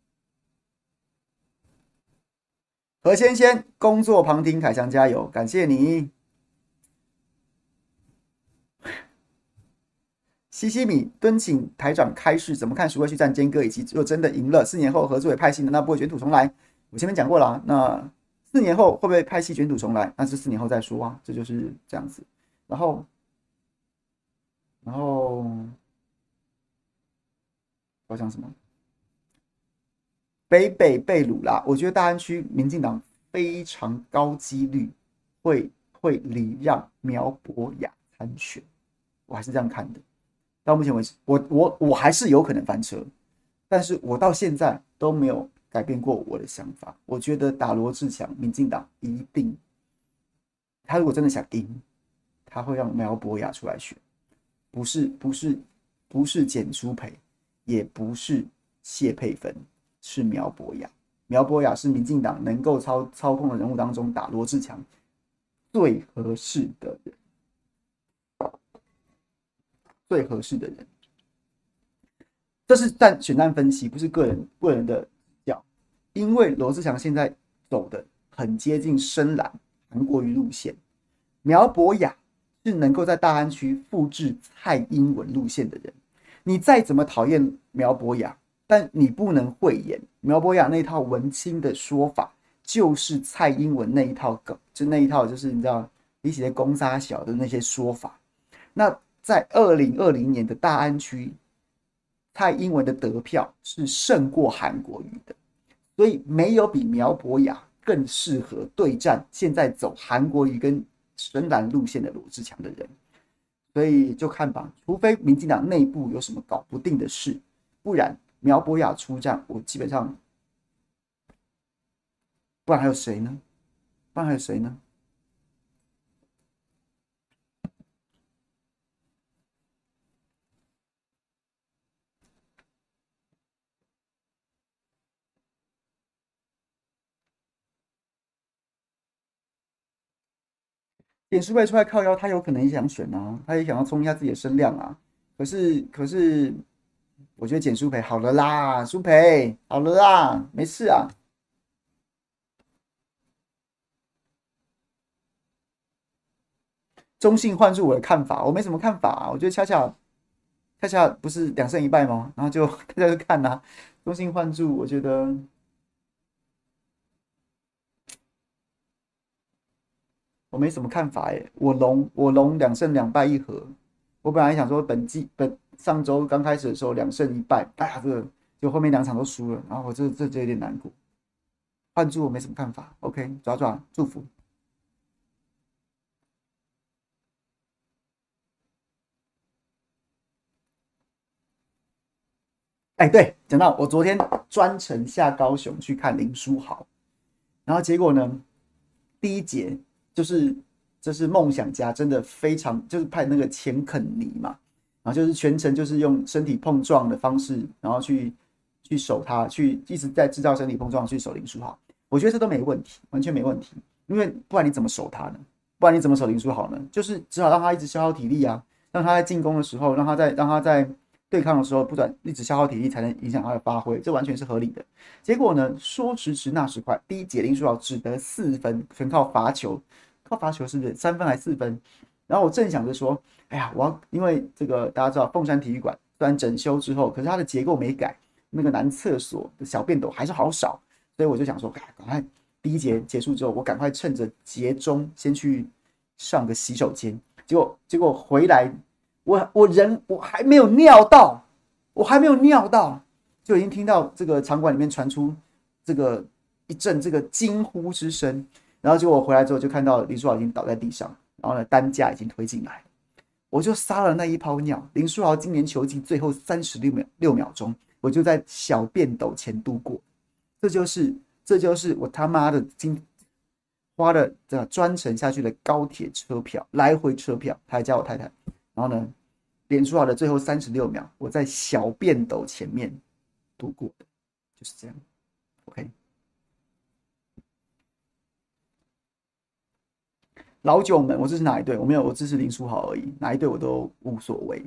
何先先，工作旁听，凯翔加油，感谢你。西西米敦请台长开示，怎么看赎回去战奸歌，以及如果真的赢了，四年后合作也派系，难道不会卷土重来？我前面讲过了、啊，那四年后会不会派系卷土重来？那是四年后再说啊，这就是这样子。然后，然后我讲什么？北北被掳啦，我觉得大安区民进党非常高几率会会礼让苗博雅参选，我还是这样看的。到目前为止，我我我还是有可能翻车，但是我到现在都没有改变过我的想法。我觉得打罗志强，民进党一定，他如果真的想赢，他会让苗博雅出来选，不是不是不是简书培，也不是谢佩芬。是苗博雅，苗博雅是民进党能够操操控的人物当中打罗志强最合适的人，最合适的人。这是战选战分析，不是个人个人的角。因为罗志强现在走的很接近深蓝韩国瑜路线，苗博雅是能够在大安区复制蔡英文路线的人。你再怎么讨厌苗博雅，但你不能讳言苗博雅那一套文青的说法，就是蔡英文那一套梗，就那一套就是你知道一些攻杀小的那些说法。那在二零二零年的大安区，蔡英文的得票是胜过韩国瑜的，所以没有比苗博雅更适合对战现在走韩国瑜跟深蓝路线的罗志强的人。所以就看吧，除非民进党内部有什么搞不定的事，不然苗博雅出战，我基本上，不然还有谁呢？不然还有谁呢？点数被出来靠腰，他有可能也想选啊，他也想要冲一下自己的声量啊。可是，可是，我觉得简舒培好了啦，舒培好了啦，没事啊。中性换入我的看法，我没什么看法、啊，我觉得恰恰恰恰不是两胜一败吗？然后就大家就看啊，中性换注，我觉得我没什么看法耶。我龙我龙两胜两败一和，我本来想说本季本上周刚开始的时候两胜一败，哎呀，这个就后面两场都输了，然后我这这就有点难过。换注我没什么看法 ，OK， 爪爪祝福。哎，对，讲到我昨天专程下高雄去看林书豪，然后结果呢，第一节就是这是梦想家，真的非常就是派那个钱肯尼嘛，然后就是全程就是用身体碰撞的方式，然后去去守他，去一直在制造身体碰撞去守林书豪。我觉得这都没问题，完全没问题，因为不然你怎么守他呢？不然你怎么守林书豪呢？就是只好让他一直消耗体力啊，让他在进攻的时候，让他在让他在对抗的时候，不断一直消耗体力，才能影响他的发挥，这完全是合理的。结果呢，说时迟那时快，第一节林书豪只得四分，全靠罚球，靠罚球是不是三分还四分？然后我正想着说，哎呀，我要因为这个大家知道凤山体育馆虽然整修之后，可是它的结构没改，那个男厕所的小便斗还是好少，所以我就想说，赶快第一节结束之后，我赶快趁着节中先去上个洗手间。结果结果回来，我我人我还没有尿到，我还没有尿到，就已经听到这个场馆里面传出这个一阵这个惊呼之声。然后结果我回来之后就看到林书豪已经倒在地上，然后呢担架已经推进来，我就撒了那一泡尿。林书豪今年球季最后三十六秒六秒钟，我就在小便斗前度过。这就是这就是我他妈的今花了这专程下去的高铁车票，来回车票，他还加我太太。然后呢，林书豪的最后三十六秒，我在小便斗前面度过的，就是这样。OK。老九们，我支持哪一队？我没有，我支持林书豪而已，哪一队我都无所谓。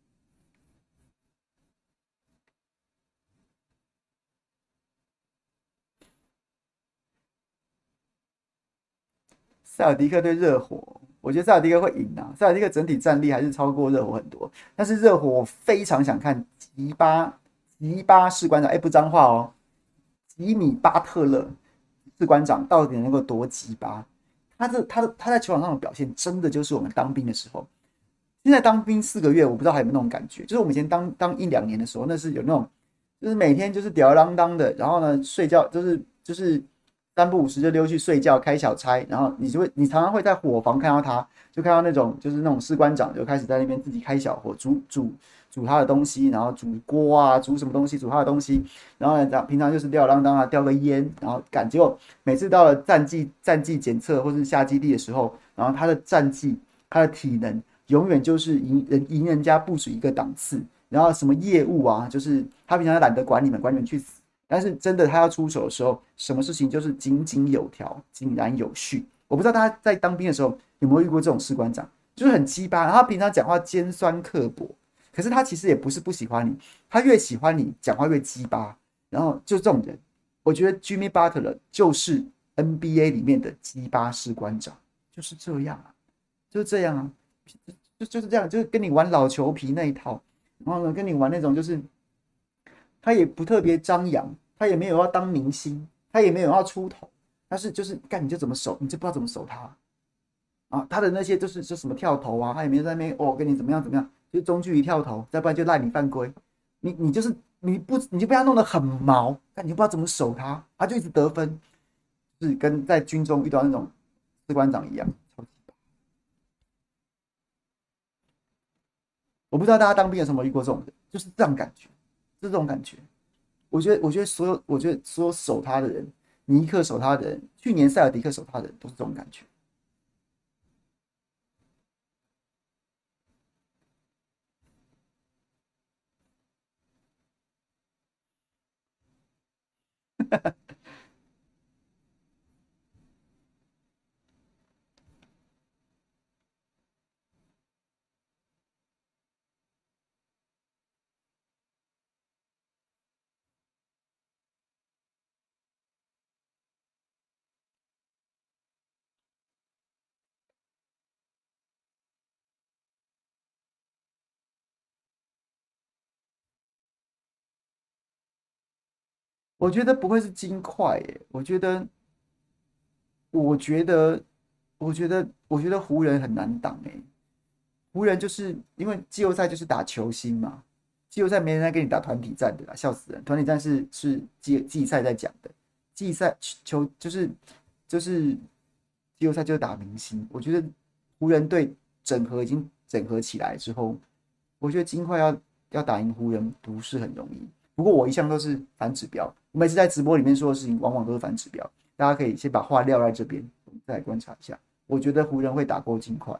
塞尔迪克对热火，我觉得塞尔迪克会赢啊。塞尔迪克整体战力还是超过热火很多，但是热火我非常想看吉巴吉巴士官长，哎，不脏话哦，吉米巴特勒士官长到底能够多吉巴？他这他的他在球场上的表现，真的就是我们当兵的时候。现在当兵四个月，我不知道还有没有那种感觉，就是我们以前当当一两年的时候，那是有那种，就是每天就是吊儿郎当的，然后呢睡觉就是就是三不五时就溜去睡觉开小差，然后你就会你常常会在伙房看到他，就看到那种就是那种士官长就开始在那边自己开小火煮煮煮他的东西，然后煮锅啊煮什么东西煮他的东西，然后呢平常就是吊儿郎当啊叼个烟，然后赶结果每次到了战绩战绩检测或是下基地的时候，然后他的战绩他的体能。永远就是赢人赢人家不止一个档次，然后什么业务啊，就是他平常懒得管你们，管你们去死。但是真的他要出手的时候，什么事情就是井井有条、井然有序。我不知道大家在当兵的时候有没有遇过这种士官长，就是很鸡巴，然后他平常讲话尖酸刻薄，可是他其实也不是不喜欢你，他越喜欢你，讲话越鸡巴。然后就这种人，我觉得 Jimmy Butler 就是 N B A 里面的鸡巴士官长，就是这样啊，就是这样啊。就就是这样，就是跟你玩老球皮那一套，然后呢，跟你玩那种就是他也不特别张扬，他也没有要当明星，他也没有要出头，但是就是干你就怎么守，你就不知道怎么守他啊。他的那些就是就什么跳投啊，他也没有在那边哦跟你怎么样怎么样，就中距离跳投，再不然就赖你犯规，你你就是你不你就被他弄得很毛，但你就不知道怎么守他，他就一直得分，就是跟在军中遇到那种士官长一样。我不知道大家当兵有什么遇过这种人，就是这样感觉，是这种感觉。我觉得，我觉得所有，我觉得所有守他的人，尼克守他的人，去年塞尔迪克守他的人，都是这种感觉。我觉得不会是金块耶，我觉得，我觉得，我觉得，我觉得湖人很难挡诶。湖人就是因为季后赛就是打球星嘛，季后赛没人来跟你打团体战的啦，笑死人！团体战是是季季赛在讲的，季赛球就是就是季后赛就是打明星。我觉得湖人队整合已经整合起来之后，我觉得金块要要打赢湖人不是很容易。不过我一向都是反指标，我每次在直播里面说的事情往往都是反指标，大家可以先把话撂在这边，我们再来观察一下。 我觉得湖人会打过金块。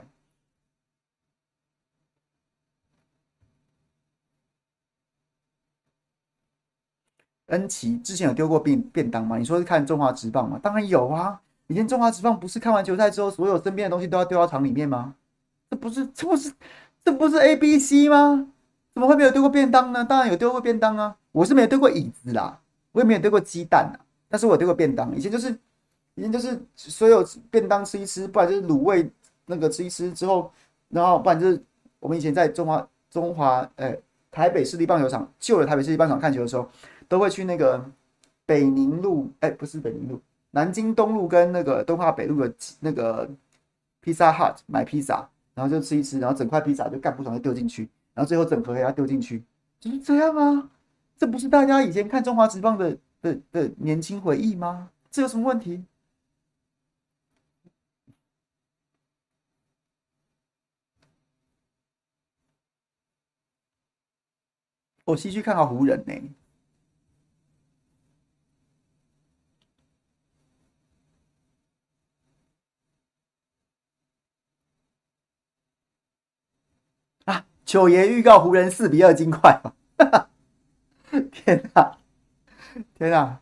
恩奇之前有丢过便便当吗？你说是看中华职棒吗？当然有啊！以前中华职棒不是看完球赛之后，所有身边的东西都要丢到场里面吗？这不是这不是这不是 A B C 吗？怎么会没有丢过便当呢？当然有丢过便当啊！我是没有丢过椅子啦，我也没有丢过鸡蛋啊，但是我有丢过便当。以前就是以前就是所有便当吃一吃，不然就是卤味那个吃一吃之后，然后不然就是我们以前在中华中华呃台北市立棒球场旧的台北市立棒球场看球的时候。都会去那个北宁路，哎、欸，不是北宁路，南京东路跟那个敦化北路的那个披萨 hut 买披萨，然后就吃一吃，然后整块披萨就干不爽就丢进去，然后最后整盒给它丢进去，就是这样啊！这不是大家以前看中华职棒的的的年轻回忆吗？这有什么问题？我西区看好湖人呢、欸。啊！九爷预告湖人四比二金块，天哪，天哪！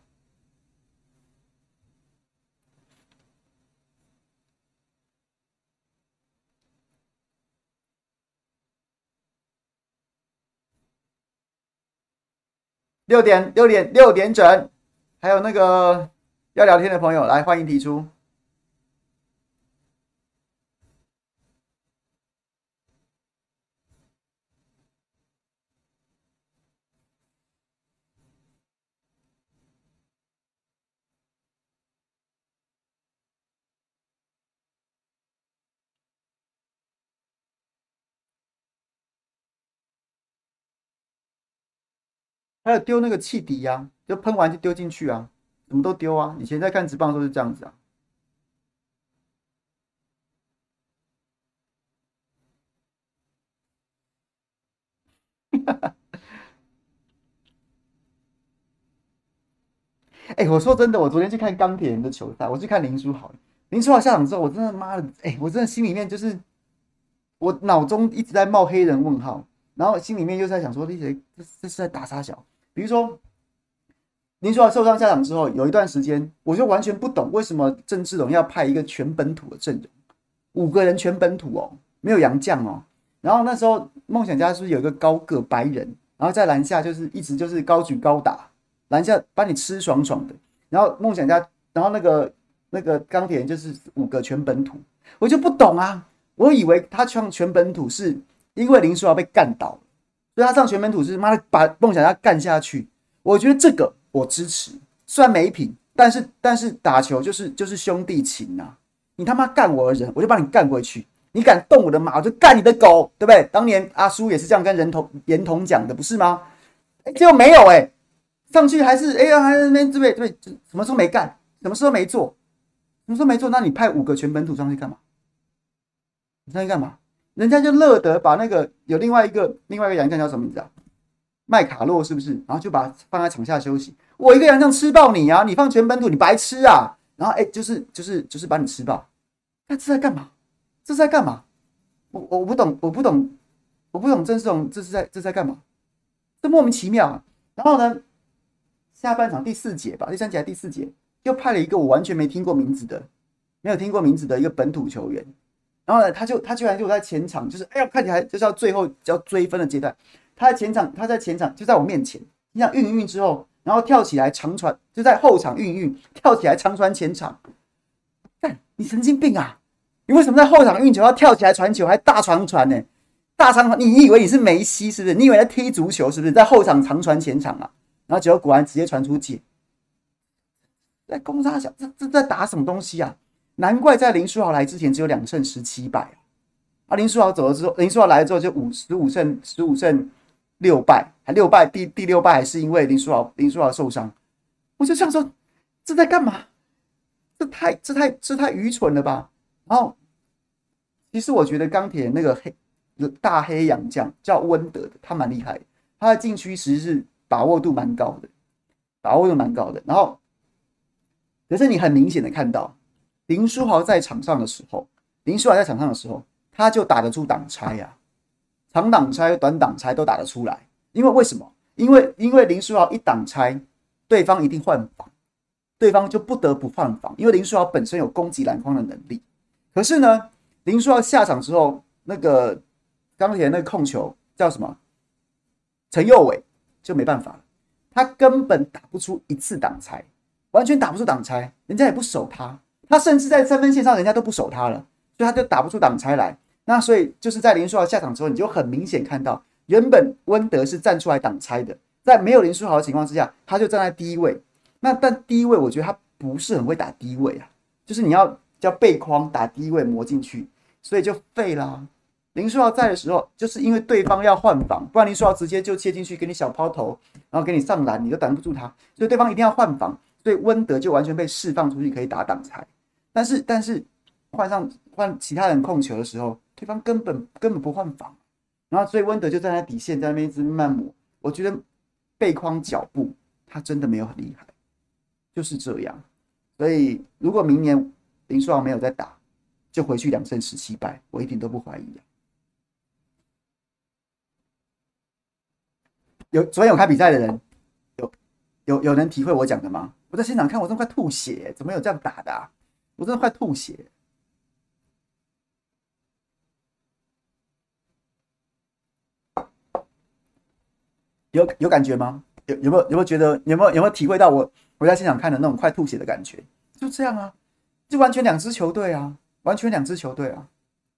六点六点六点整，还有那个要聊天的朋友来欢迎提出。还有丢那个汽笛呀、啊，就喷完就丢进去啊，什么都丢啊。以前在看直棒都是这样子啊。哎、欸，我说真的，我昨天去看钢铁人的球赛，我去看林书豪，林书豪下场之后，我真的妈的，哎、欸，我真的心里面就是我脑中一直在冒黑人问号，然后心里面又在想说，这些这这是在打啥小？比如说林书豪受伤下场之后，有一段时间我就完全不懂为什么郑志龙要派一个全本土的阵容，五个人全本土哦，没有洋将哦。然后那时候梦想家是不是有一个高个白人，然后在篮下就是一直就是高举高打，篮下把你吃爽爽的。然后梦想家，然后那个那个钢铁人就是五个全本土，我就不懂啊。我以为他唱全本土是因为林书豪被干倒了，所以他上全本土是妈的把梦想家干下去。我觉得这个我支持，虽然没品，但是但是打球就是就是兄弟情啊！你他妈干我的人，我就把你干回去。你敢动我的马，我就干你的狗，对不对？当年阿叔也是这样跟人童严童讲的，不是吗？哎，结果没有哎、欸，上去还是哎呀，还在那边对不对？对，什么时候没干，什么时候没做，什么时候没做？那你派五个全本土上去干嘛？你上去干嘛？人家就乐得把那个有另外一个另外一个洋将叫什么名字啊？麦卡洛是不是？然后就把他放在场下休息。我一个洋将吃爆你啊！你放全本土，你白吃啊！然后哎，就是就是就是把你吃爆。那这在干嘛？这是在干嘛？我我不懂，我不懂，我不懂郑世龙这是在这是在干嘛？这莫名其妙啊！然后呢，下半场第四节吧，第三节还第四节又派了一个我完全没听过名字的，没有听过名字的一个本土球员。然后呢，他就他居然就在前场，就是哎呀，看起来就是要最后要追分的阶段，他在前场，他在前场就在我面前，你想运运之后，然后跳起来长传，就在后场运运，跳起来长传前场，干你神经病啊！你为什么在后场运球要跳起来传球，还大长传呢？大长传，你以为你是梅西是不是？你以为在踢足球是不是？在后场长传前场啊，然后结果果然直接传出界，在攻杀小，这这在打什么东西啊？难怪在林书豪来之前只有两胜十七败啊！啊，林书豪走了之后，林书豪来了之后就五十五胜十五胜六败，还六败第第六败还是因为林书豪林书豪受伤，我就想说这在干嘛？这太这太这太愚蠢了吧！然后其实我觉得钢铁那个黑大黑洋将叫温德的，他蛮厉害的，他的禁区其实是把握度蛮高的，把握度蛮高的。然后可是你很明显的看到林书豪在场上的时候， 林书豪在场上的时候，他就打得出挡拆呀、啊，长挡拆、短挡拆都打得出来。因为为什么？因为因为林书豪一挡拆，对方一定换防，对方就不得不换防，因为林书豪本身有攻击篮筐的能力。可是呢，林书豪下场之后，那个钢铁那个控球叫什么？陈佑伟就没办法了，他根本打不出一次挡拆，完全打不出挡拆，人家也不守他，他甚至在三分线上人家都不守他了，所以他就打不出挡拆来。那所以就是在林书豪下场之后，你就很明显看到，原本温德是站出来挡拆的，在没有林书豪的情况之下，他就站在低位。那但低位我觉得他不是很会打低位啊，就是你要叫背框打低位磨进去，所以就废啦、啊。林书豪在的时候，就是因为对方要换防，不然林书豪直接就切进去给你小抛投，然后给你上篮，你就挡不住他，所以对方一定要换防，所以温德就完全被释放出去可以打挡拆。但是但是换上换其他人控球的时候，对方根本根本不换防，然后所以温德就站在底线在那边一直慢慢磨。我觉得背框脚步他真的没有很厉害，就是这样。所以如果明年林书豪没有再打，就回去两胜十七败，我一点都不怀疑啊。有昨天有看比赛的人，有有有能体会我讲的吗？我在现场看，我真的快吐血，怎么有这样打的啊？我真的快吐血。有有感觉吗？有有没有有没有觉得有没有有没有体会到我我在现场看的那种快吐血的感觉？就这样啊，就完全两支球队啊，完全两支球队啊。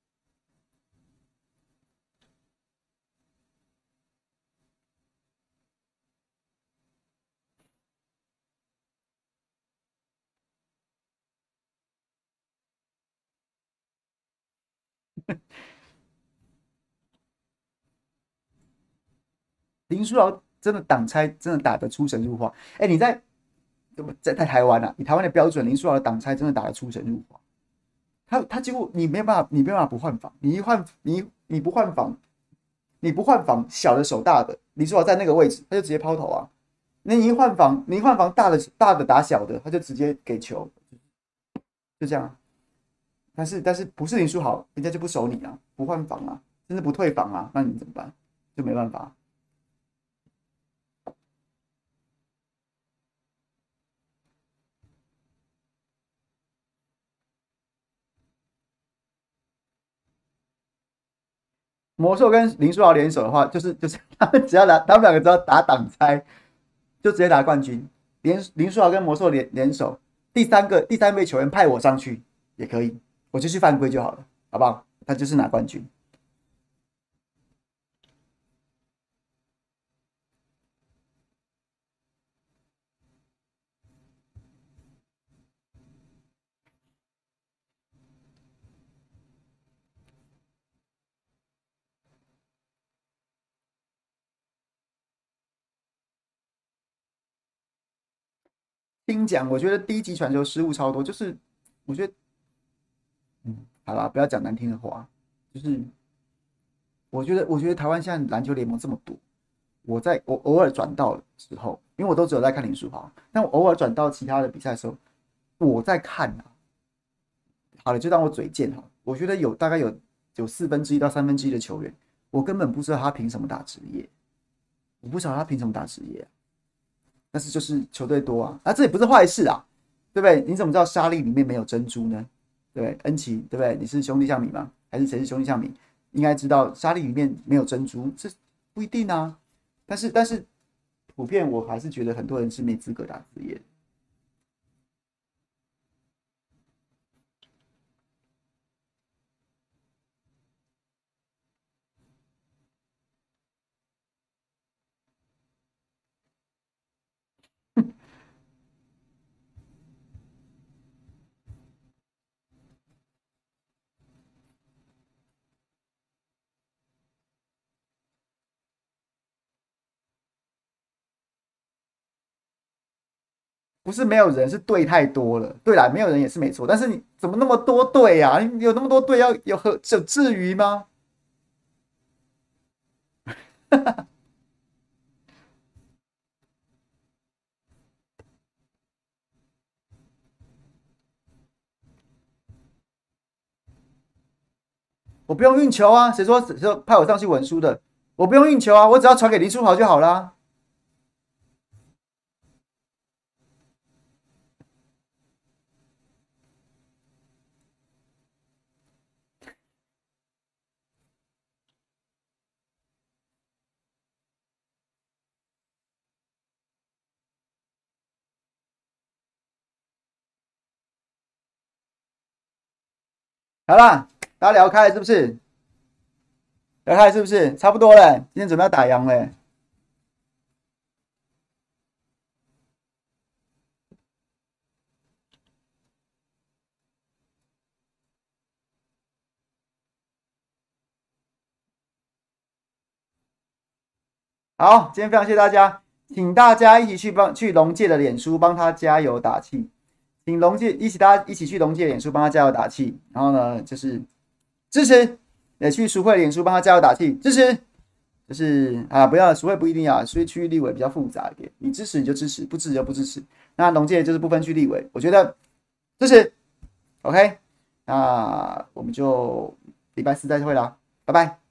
林书豪真的挡拆真的打得出神入化。哎，你在在在台湾啊，以台湾的标准，林书豪的挡拆真的打得出神入化。他他几乎你没办法，你没办法不换防，你一换你你不换防，你不换防，小的守大的，林书豪在那个位置，他就直接抛投啊。那你一换防，你一换防大的大的打小的，他就直接给球，就这样啊。但是但是不是林书豪，人家就不守你啊，不换防啊，甚至不退防啊，那你怎么办？就没办法。魔兽跟林书豪联手的话，就是就是他们只要打，他们两个只要打挡拆，就直接拿冠军。林林书豪跟魔兽联联手，第三个第三位球员派我上去也可以，我就去犯规就好了，好不好？他就是拿冠军。听讲，我觉得第一级传球失误超多，就是我觉得，嗯，好了，不要讲难听的话，就是我觉得，我觉得台湾现在篮球联盟这么多，我在我偶尔转到的时候，因为我都只有在看林书豪，但我偶尔转到其他的比赛的时候，我在看啊，好了，就当我嘴贱好了，我觉得有大概有有四分之一到三分之一的球员，我根本不知道他凭什么打职业，我不晓得他凭什么打职业啊，但是就是球队多啊，啊，这也不是坏事啊，对不对？你怎么知道沙粒里面没有珍珠呢？对不对？恩奇，对不对？你是兄弟象迷吗？还是谁是兄弟象迷？应该知道沙粒里面没有珍珠，这不一定啊。但是但是普遍我还是觉得很多人是没资格打职业的。不是没有人，是队太多了。对啦，没有人也是没错，但是你怎么那么多队啊？你有那么多队要有何有至于吗？ 我不用运球啊，谁说谁说派我上去稳输的？我不用运球啊，我只要传给林书豪就好啦。好啦，大家聊开了是不是？聊开了是不是？差不多了，今天准备要打烊了。好，今天非常谢谢大家，请大家一起去帮去龙界的脸书帮他加油打气，请龙界一起大家一起去龙界脸书帮他加油打气，然后呢就是支持，也去淑慧脸书帮他加油打气，支持，就是啊不要淑慧不一定要，所以区域立委比较复杂一点，你支持你就支持，不支持就不支持。那龙界就是不分区立委，我觉得支持 ，OK， 那我们就礼拜四再会啦，拜拜。